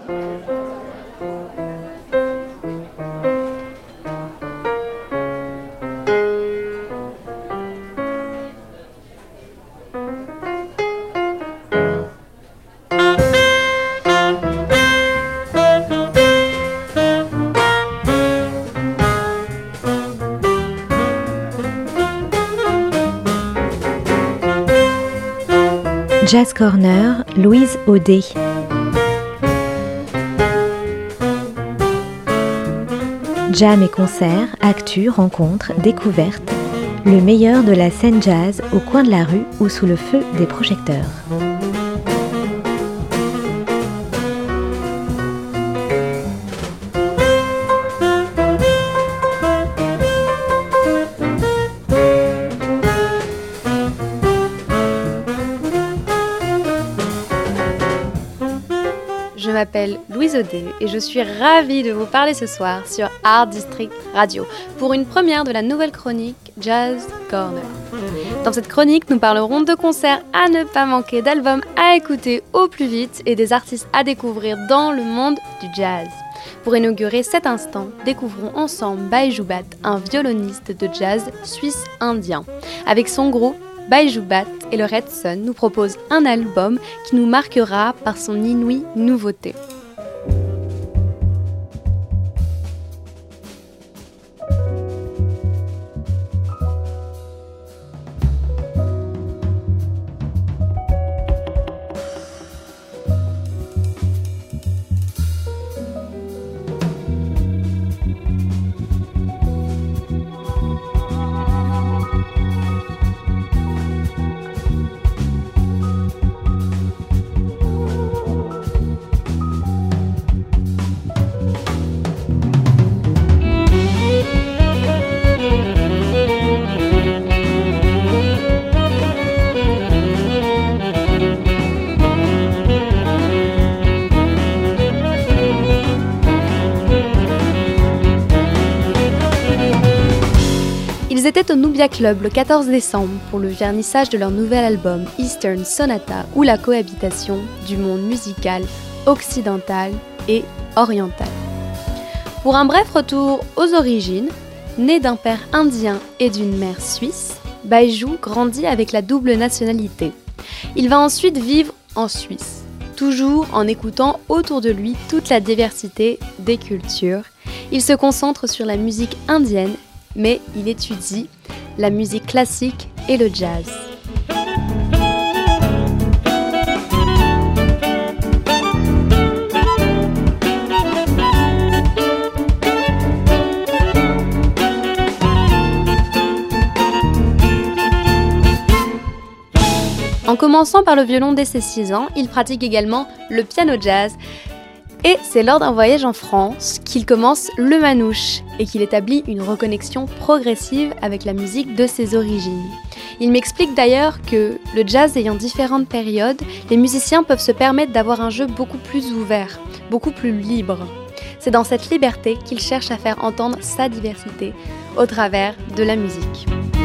Jazz Corner, Louise Audet. Jam et concerts, actus, rencontres, découvertes. Le meilleur de la scène jazz au coin de la rue ou sous le feu des projecteurs. Je m'appelle Louise Audet et je suis ravie de vous parler ce soir sur Art District Radio pour une première de la nouvelle chronique Jazz Corner. Dans cette chronique, nous parlerons de concerts à ne pas manquer, d'albums à écouter au plus vite et des artistes à découvrir dans le monde du jazz. Pour inaugurer cet instant, découvrons ensemble Baiju Bhatt, un violoniste de jazz suisse-indien. Avec son groupe, Baiju Bhatt et le Red Sun nous proposent un album qui nous marquera par son inouïe nouveauté. Ils étaient au Nubia Club le 14 décembre pour le vernissage de leur nouvel album Eastern Sonata ou la cohabitation du monde musical occidental et oriental. Pour un bref retour aux origines, né d'un père indien et d'une mère suisse, Baiju grandit avec la double nationalité. Il va ensuite vivre en Suisse, toujours en écoutant autour de lui toute la diversité des cultures. Il se concentre sur la musique indienne, mais il étudie la musique classique et le jazz. En commençant par le violon dès ses 6 ans, il pratique également le piano jazz. Et c'est lors d'un voyage en France qu'il commence le manouche et qu'il établit une reconnexion progressive avec la musique de ses origines. Il m'explique d'ailleurs que le jazz ayant différentes périodes, les musiciens peuvent se permettre d'avoir un jeu beaucoup plus ouvert, beaucoup plus libre. C'est dans cette liberté qu'il cherche à faire entendre sa diversité au travers de la musique.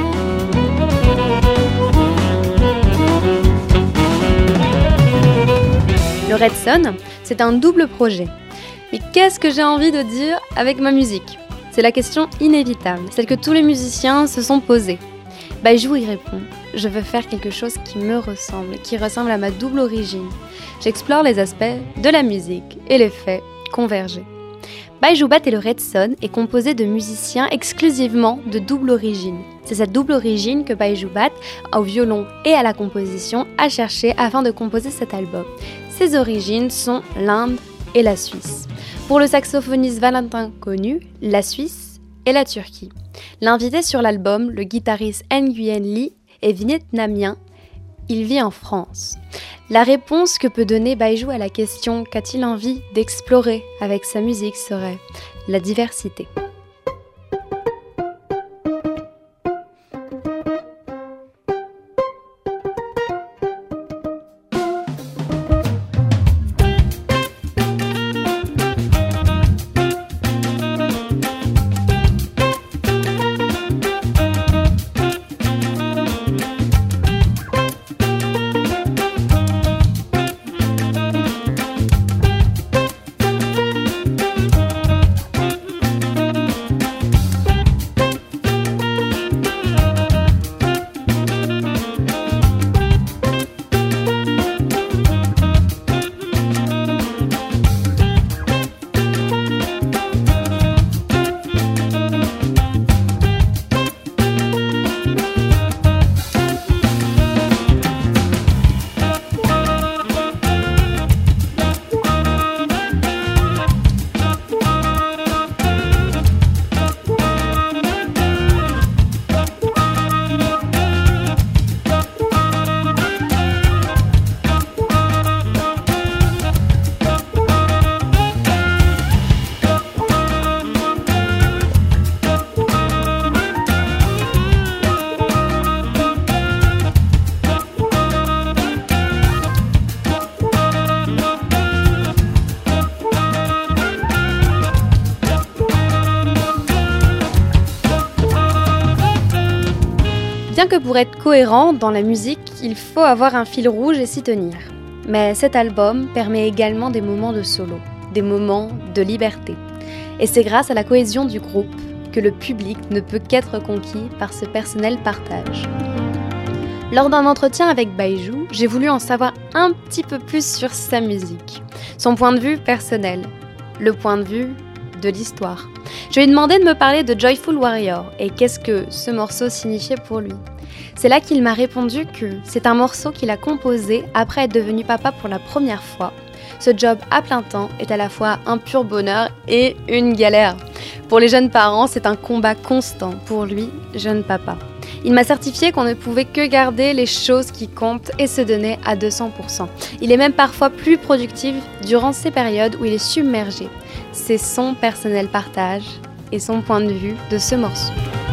Le Red Sun, c'est un double projet. Mais qu'est-ce que j'ai envie de dire avec ma musique ? C'est la question inévitable, celle que tous les musiciens se sont posée. Baiju y répond « Je veux faire quelque chose qui me ressemble, qui ressemble à ma double origine. J'explore les aspects de la musique et les faits converger. » Baiju Bhatt et le Red Sun est composé de musiciens exclusivement de double origine. C'est cette double origine que Baiju Bhatt, au violon et à la composition, a cherché afin de composer cet album. Ses origines sont l'Inde et la Suisse. Pour le saxophoniste Valentin Connu, la Suisse et la Turquie. L'invité sur l'album, le guitariste Nguyen Ly, est vietnamien. Il vit en France. La réponse que peut donner Baiju à la question « Qu'a-t-il envie d'explorer avec sa musique ?» serait la diversité. Bien que pour être cohérent dans la musique, il faut avoir un fil rouge et s'y tenir. Mais cet album permet également des moments de solo, des moments de liberté. Et c'est grâce à la cohésion du groupe que le public ne peut qu'être conquis par ce personnel partage. Lors d'un entretien avec Baiju, j'ai voulu en savoir un petit peu plus sur sa musique, son point de vue personnel, le point de vue de l'histoire. Je lui ai demandé de me parler de Joyful Warrior et qu'est-ce que ce morceau signifiait pour lui. C'est là qu'il m'a répondu que c'est un morceau qu'il a composé après être devenu papa pour la première fois. Ce job à plein temps est à la fois un pur bonheur et une galère. Pour les jeunes parents, c'est un combat constant pour lui, jeune papa. Il m'a certifié qu'on ne pouvait que garder les choses qui comptent et se donner à 200%. Il est même parfois plus productif durant ces périodes où il est submergé. C'est son personnel partage et son point de vue de ce morceau.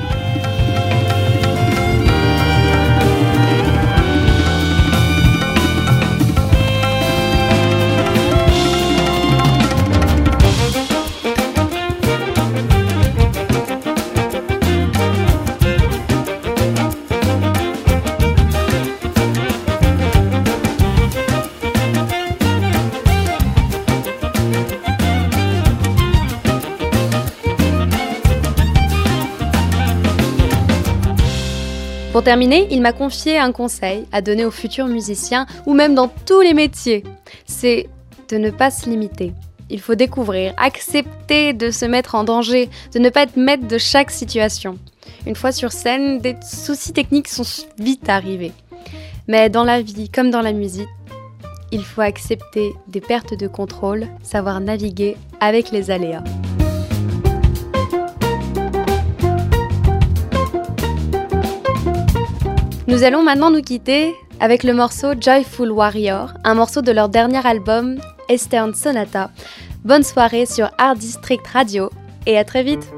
Pour terminer, il m'a confié un conseil à donner aux futurs musiciens ou même dans tous les métiers. C'est de ne pas se limiter. Il faut découvrir, accepter de se mettre en danger, de ne pas être maître de chaque situation. Une fois sur scène, des soucis techniques sont vite arrivés. Mais dans la vie, comme dans la musique, il faut accepter des pertes de contrôle, savoir naviguer avec les aléas. Nous allons maintenant nous quitter avec le morceau Joyful Warrior, un morceau de leur dernier album Eastern Sonata. Bonne soirée sur Art District Radio et à très vite!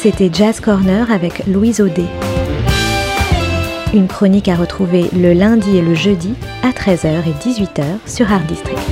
C'était Jazz Corner avec Louise Audet. Une chronique à retrouver le lundi et le jeudi à 13h et 18h sur Art District.